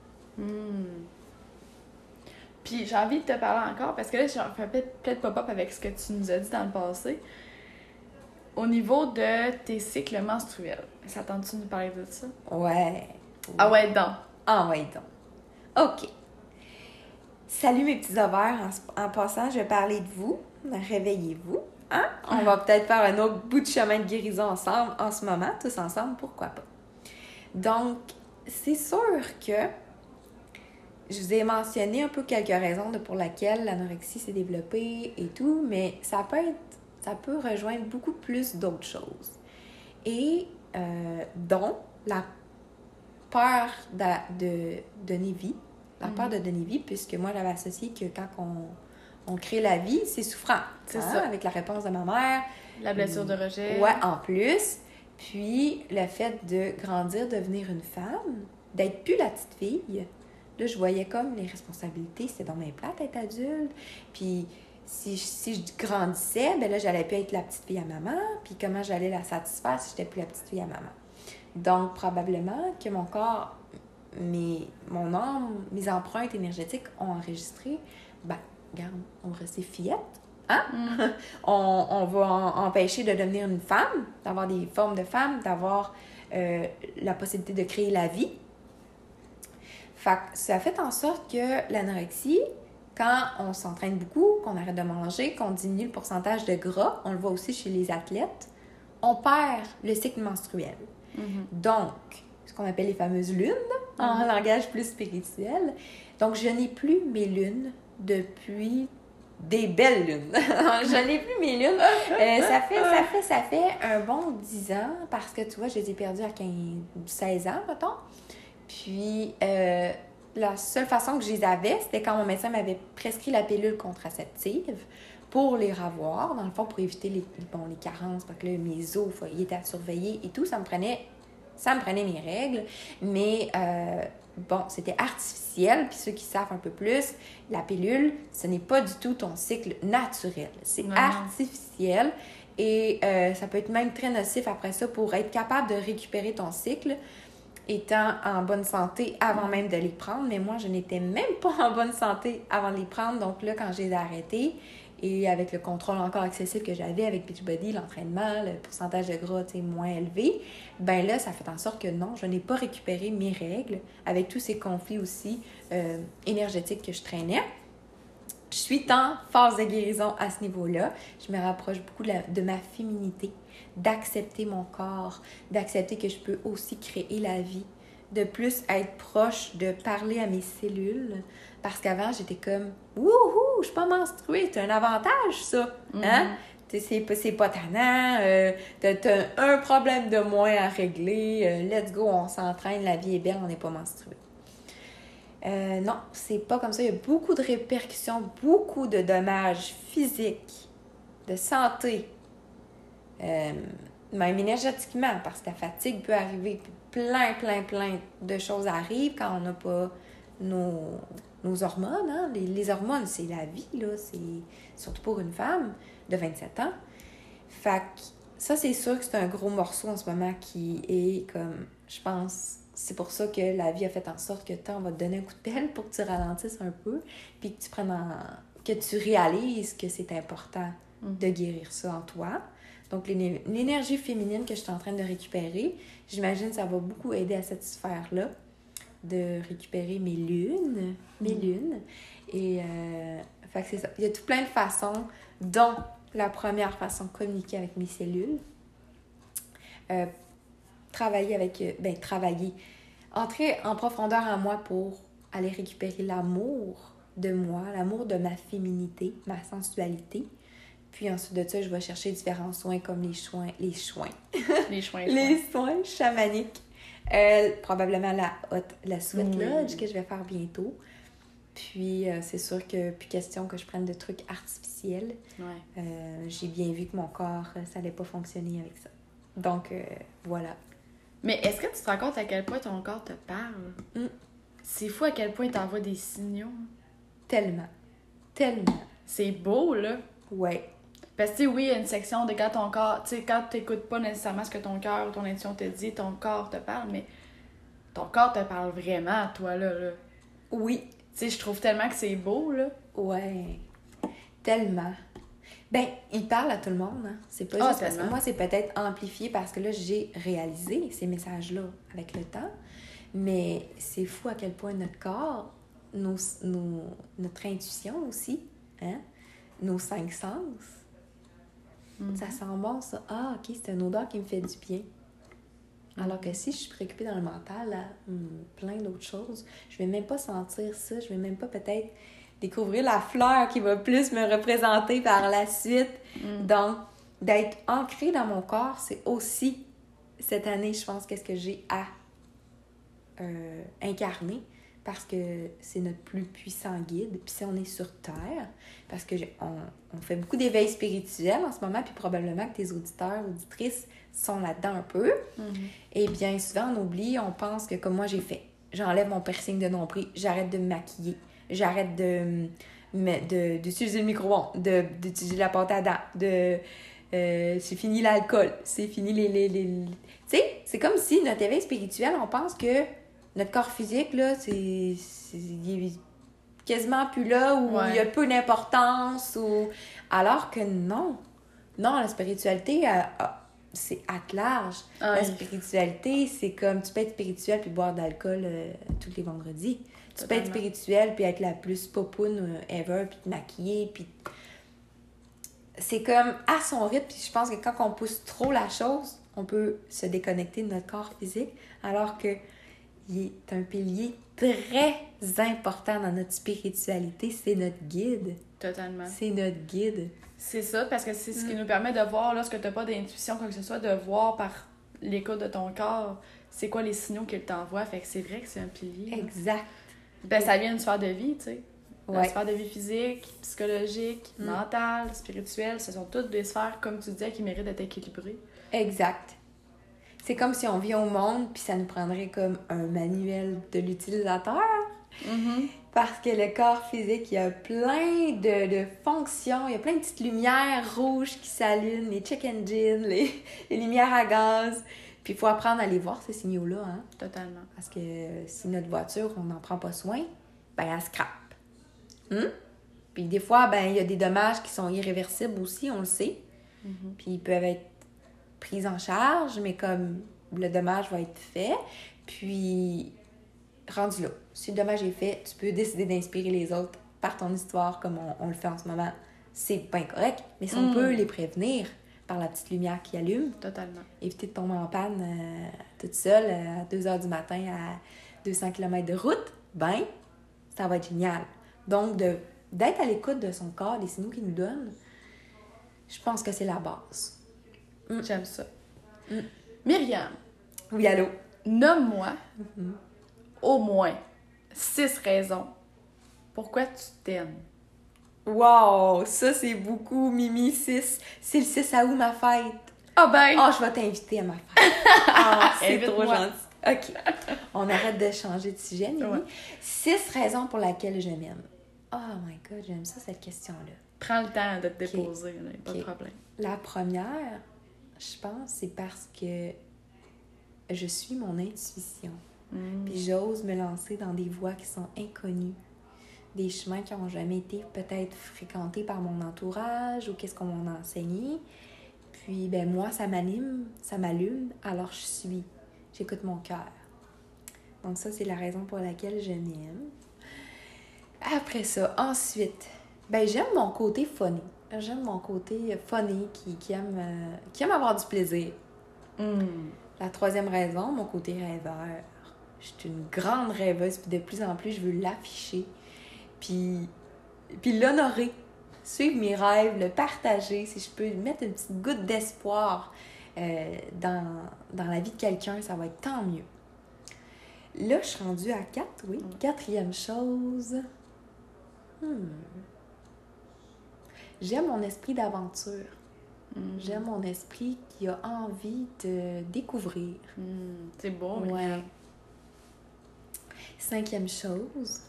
S1: Puis j'ai envie de te parler encore, parce que là, j'ai fait peut-être pop-up avec ce que tu nous as dit dans le passé. Au niveau de tes cycles menstruels, ça tente-tu de nous parler de ça?
S2: Ouais.
S1: Ah ouais, donc.
S2: Ah ouais, donc. OK. Salut mes petits ovaires. En passant, je vais parler de vous. Réveillez-vous. Hein? On va peut-être faire un autre bout de chemin de guérison ensemble en ce moment, tous ensemble, pourquoi pas. Donc, c'est sûr que je vous ai mentionné un peu quelques raisons pour lesquelles l'anorexie s'est développée et tout, mais ça peut rejoindre beaucoup plus d'autres choses. Et dont la peur de donner vie. La peur de donner vie, puisque moi, j'avais associé que quand on crée la vie, c'est souffrant.
S1: C'est ça.
S2: Avec la réponse de ma mère.
S1: La blessure de rejet.
S2: Ouais, en plus. Puis, le fait de grandir, devenir une femme, d'être plus la petite fille. Là, je voyais comme les responsabilités, c'était dans mes plates être adulte. Puis, si je grandissais, ben là, j'allais plus être la petite fille à maman. Puis, comment j'allais la satisfaire si j'étais plus la petite fille à maman? Donc, probablement que mon corps, mon âme, mes empreintes énergétiques ont enregistré, ben, regarde, on va rester fillette. Hein? On va empêcher de devenir une femme, d'avoir des formes de femme, d'avoir la possibilité de créer la vie. Fait que ça fait en sorte que l'anorexie, quand on s'entraîne beaucoup, qu'on arrête de manger, qu'on diminue le pourcentage de gras, on le voit aussi chez les athlètes, on perd le cycle menstruel. Donc, ce qu'on appelle les fameuses lunes, en langage plus spirituel. Donc, je n'ai plus mes lunes depuis des belles lunes. Je n'ai plus mes lunes. Ça fait un bon 10 ans parce que, tu vois, je les ai perdues à 16 ans, mettons. Puis, la seule façon que je les avais, c'était quand mon médecin m'avait prescrit la pilule contraceptive pour les revoir, dans le fond, pour éviter les carences, parce que là, mes os, ils étaient à surveiller et tout. Ça me prenait mes règles, mais c'était artificiel. Puis ceux qui savent un peu plus, la pilule, ce n'est pas du tout ton cycle naturel. C'est artificiel et ça peut être même très nocif après ça pour être capable de récupérer ton cycle étant en bonne santé avant même de les prendre. Mais moi, je n'étais même pas en bonne santé avant de les prendre. Donc là, quand je les ai arrêtés, Et avec le contrôle encore excessif que j'avais avec Beachbody, l'entraînement, le pourcentage de gras moins élevé, ben là, ça fait en sorte que non, je n'ai pas récupéré mes règles avec tous ces conflits aussi énergétiques que je traînais. Je suis en phase de guérison à ce niveau-là. Je me rapproche beaucoup de ma féminité, d'accepter mon corps, d'accepter que je peux aussi créer la vie, de plus être proche, de parler à mes cellules. Parce qu'avant, j'étais comme « Wouhou, je suis pas menstruée, c'est un avantage, ça! Hein? C'est pas tannant, t'as un problème de moins à régler, let's go, on s'entraîne, la vie est belle, on n'est pas menstruée. » Non, c'est pas comme ça. Il y a beaucoup de répercussions, beaucoup de dommages physiques, de santé, même énergétiquement, parce que la fatigue peut arriver, plein de choses arrivent quand on n'a pas nos hormones. Hein? Les hormones, c'est la vie, là. C'est surtout pour une femme de 27 ans. Fait que ça, c'est sûr que c'est un gros morceau en ce moment qui est comme, je pense... C'est pour ça que la vie a fait en sorte que on va te donner un coup de pelle pour que tu ralentisses un peu, puis que tu que tu réalises que c'est important de guérir ça en toi. Donc, l'énergie féminine que je suis en train de récupérer, j'imagine que ça va beaucoup aider à cette sphère-là, de récupérer mes lunes. Et, fait que c'est ça. Il y a tout plein de façons, dont la première façon, communiquer avec mes cellules. Entrer en profondeur en moi pour aller récupérer l'amour de moi, l'amour de ma féminité, ma sensualité. Puis ensuite de ça, je vais chercher différents soins comme les soins chamaniques. Probablement la Sweat Lodge que je vais faire bientôt. Puis c'est sûr que plus question que je prenne de trucs artificiels. Ouais. J'ai bien vu que mon corps, ça n'allait pas fonctionner avec ça. Donc voilà.
S1: Mais est-ce que tu te rends compte à quel point ton corps te parle? C'est fou à quel point il t'envoie des signaux.
S2: Tellement.
S1: C'est beau, là.
S2: Ouais.
S1: Parce que, oui, il y a une section de quand ton corps... Tu sais, quand tu n'écoutes pas nécessairement ce que ton cœur ou ton intuition te dit, ton corps te parle, mais ton corps te parle vraiment, toi, là.
S2: Oui.
S1: Tu sais, je trouve tellement que c'est beau, là.
S2: Ouais. Tellement. Ben, il parle à tout le monde, hein. C'est pas juste parce que moi, c'est peut-être amplifié parce que là, j'ai réalisé ces messages-là avec le temps. Mais c'est fou à quel point notre corps, notre intuition aussi, hein, nos 5 sens, ça sent bon, ça. Ah, OK, c'est une odeur qui me fait du bien. Alors que si je suis préoccupée dans le mental à plein d'autres choses, je vais même pas sentir ça, je vais même pas peut-être découvrir la fleur qui va plus me représenter par la suite. Donc, d'être ancrée dans mon corps, c'est aussi, cette année, je pense, qu'est-ce que j'ai à incarner, parce que c'est notre plus puissant guide. Puis si on est sur Terre, parce que on fait beaucoup d'éveil spirituel en ce moment, puis probablement que tes auditeurs, auditrices sont là-dedans un peu. Et bien souvent, on oublie, on pense que comme moi j'ai fait, j'enlève mon piercing de nombril, j'arrête de me maquiller, j'arrête d'utiliser le micro-ondes, d'utiliser la pâte à dents, c'est fini l'alcool, c'est fini les... Tu sais, c'est comme si notre éveil spirituel, on pense que notre corps physique, là, il est quasiment plus là, ou il y a peu d'importance, alors que non. Non, la spiritualité, c'est at large. La spiritualité, c'est comme, tu peux être spirituel puis boire de l'alcool tous les vendredis. Tu peux être spirituel puis être la plus popoune ever, puis te maquiller, puis... C'est comme à son rythme, puis je pense que quand on pousse trop la chose, on peut se déconnecter de notre corps physique, alors que il est un pilier très important dans notre spiritualité. C'est notre guide.
S1: Totalement.
S2: C'est notre guide.
S1: C'est ça, parce que c'est ce qui nous permet de voir, lorsque tu n'as pas d'intuition, quoi que ce soit, de voir par l'écoute de ton corps, c'est quoi les signaux qu'il t'envoie. Fait que c'est vrai que c'est un pilier.
S2: Exact.
S1: Ben, ça vient d'une sphère de vie, tu sais.
S2: Ouais.
S1: La sphère de vie physique, psychologique, mentale, spirituelle, ce sont toutes des sphères, comme tu disais, qui méritent d'être équilibrées.
S2: Exact. C'est comme si on vient au monde, puis ça nous prendrait comme un manuel de l'utilisateur. Parce que le corps physique, il y a plein de fonctions, il y a plein de petites lumières rouges qui s'allument, les check engines, les lumières à gaz. Puis il faut apprendre à les voir, ces signaux-là. Hein?
S1: Totalement.
S2: Parce que si notre voiture, on n'en prend pas soin, ben elle scrape. Puis Puis des fois, ben il y a des dommages qui sont irréversibles aussi, on le sait. Puis ils peuvent être pris en charge, mais comme le dommage va être fait, puis rendu là. Si le dommage est fait, tu peux décider d'inspirer les autres par ton histoire comme on le fait en ce moment. C'est pas incorrect, mais si on peut les prévenir par la petite lumière qui allume,
S1: Totalement.
S2: éviter de tomber en panne toute seule à 2h du matin à 200 km de route, ben, ça va être génial. Donc, d'être à l'écoute de son corps, des signaux qu'il nous donne, je pense que c'est la base.
S1: J'aime ça. Myriam,
S2: Oui, allô?
S1: nomme-moi au moins 6 raisons pourquoi tu t'aimes.
S2: Wow! Ça, c'est beaucoup, Mimi. 6. C'est le 6 août, ma fête.
S1: Ah ben!
S2: Oh, je vais t'inviter à ma fête. Ah, c'est trop
S1: Invite-moi.
S2: gentil. OK. On arrête de changer de sujet, Mimi.
S1: Ouais.
S2: 6 raisons pour lesquelles je m'aime. Oh my God, j'aime ça, cette question-là.
S1: Prends le temps de te déposer, là, pas de
S2: Ok.
S1: problème.
S2: La première, je pense, c'est parce que je suis mon intuition. Puis j'ose me lancer dans des voies qui sont inconnues. Des chemins qui n'ont jamais été peut-être fréquentés par mon entourage ou qu'est-ce qu'on m'a enseigné. Puis, ben moi, ça m'anime, ça m'allume, alors je suis. J'écoute mon cœur. Donc ça, c'est la raison pour laquelle je m'aime. Après ça, ensuite, ben j'aime mon côté funny. J'aime mon côté funny qui aime avoir du plaisir. La troisième raison, mon côté rêveur. Je suis une grande rêveuse, puis de plus en plus, je veux l'afficher. Puis l'honorer. Suivre mes rêves, le partager. Si je peux mettre une petite goutte d'espoir dans la vie de quelqu'un, ça va être tant mieux. Là, je suis rendue à 4, oui. Quatrième chose. J'aime mon esprit d'aventure. J'aime mon esprit qui a envie de découvrir.
S1: C'est beau,
S2: Ouais.
S1: Myriam.
S2: Cinquième chose.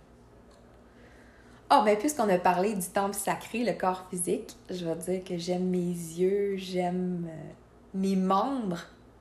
S2: Oh, ben puisqu'on a parlé du temple sacré, le corps physique, je vais dire que j'aime mes yeux, j'aime mes membres.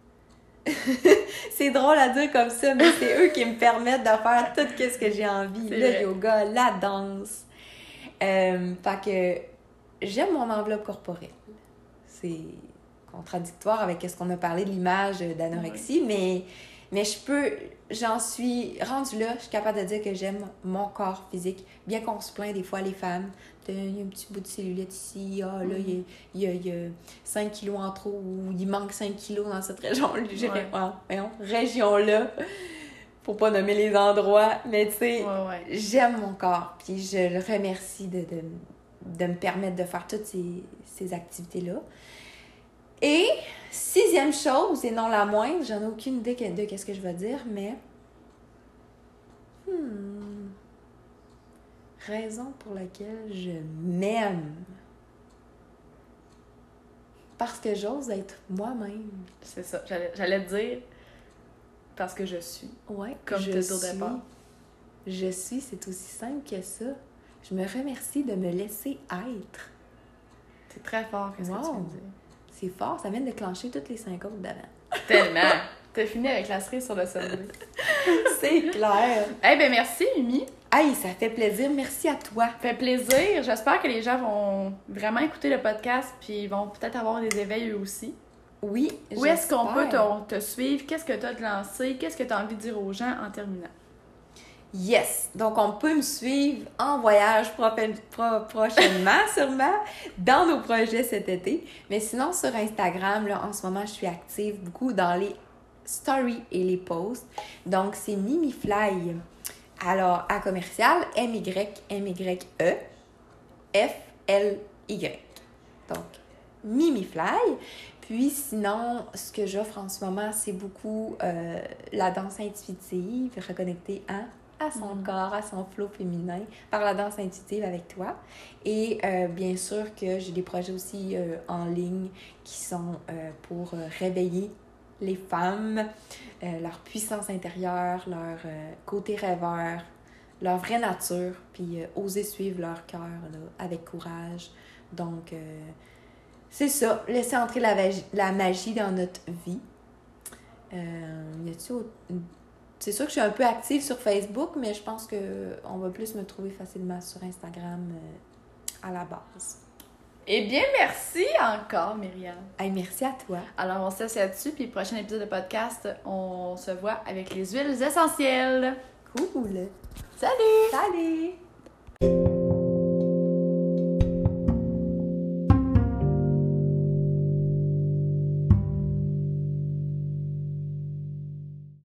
S2: C'est drôle à dire comme ça, mais c'est eux qui me permettent de faire tout ce que j'ai envie.
S1: C'est
S2: Le
S1: vrai.
S2: yoga, la danse. Fait que j'aime mon enveloppe corporelle. C'est contradictoire avec ce qu'on a parlé de l'image d'anorexie, mais j'en suis rendue là, je suis capable de dire que j'aime mon corps physique. Bien qu'on se plaint des fois, les femmes, il y a un petit bout de cellulite ici, là, il y a 5 kilos en trop, ou il manque 5 kilos dans cette région-là, pour pas nommer les endroits, mais tu sais, j'aime mon corps, puis je le remercie de me permettre de faire toutes ces activités-là. Et 6e chose, et non la moindre, j'en ai aucune idée de ce que je vais dire, mais raison pour laquelle je m'aime. Parce que j'ose être moi-même.
S1: C'est ça. J'allais te dire parce que je suis.
S2: Ouais,
S1: Comme
S2: je
S1: tu as dit au
S2: suis.
S1: départ.
S2: Je suis, c'est aussi simple que ça. Je me remercie de me laisser être.
S1: C'est très fort, qu'est-ce que tu veux dire.
S2: C'est fort, ça vient de déclencher toutes les 5 autres d'avant.
S1: Tellement. T'as fini avec la cerise sur le sommet.
S2: C'est clair.
S1: Eh bien, merci, Mimi.
S2: Hey, ça fait plaisir. Merci à toi.
S1: Ça fait plaisir. J'espère que les gens vont vraiment écouter le podcast puis ils vont peut-être avoir des éveils eux aussi.
S2: Oui,
S1: Où est-ce qu'on peut
S2: j'espère.
S1: te suivre? Qu'est-ce que tu as de lancé? Qu'est-ce que tu as envie de dire aux gens en terminant?
S2: Yes! Donc, on peut me suivre en voyage prochainement, sûrement, dans nos projets cet été. Mais sinon, sur Instagram, là, en ce moment, je suis active beaucoup dans les stories et les posts. Donc, c'est MimiFly. Alors, à commercial, MYMYE FLY. Donc, MimiFly. Puis sinon, ce que j'offre en ce moment, c'est beaucoup la danse intuitive, reconnecter à son corps, à son flow féminin, par la danse intuitive avec toi. Et bien sûr que j'ai des projets aussi en ligne qui sont pour réveiller les femmes, leur puissance intérieure, leur côté rêveur, leur vraie nature, puis oser suivre leur cœur là, avec courage. Donc, c'est ça, laisser entrer la magie dans notre vie. Y a-t-il c'est sûr que je suis un peu active sur Facebook, mais je pense qu'on va plus me trouver facilement sur Instagram à la base.
S1: Eh bien, merci encore, Myriam.
S2: Hey, merci à toi.
S1: Alors, on se laisse là-dessus, puis prochain épisode de podcast, on se voit avec les huiles essentielles.
S2: Cool!
S1: Salut!
S2: Salut!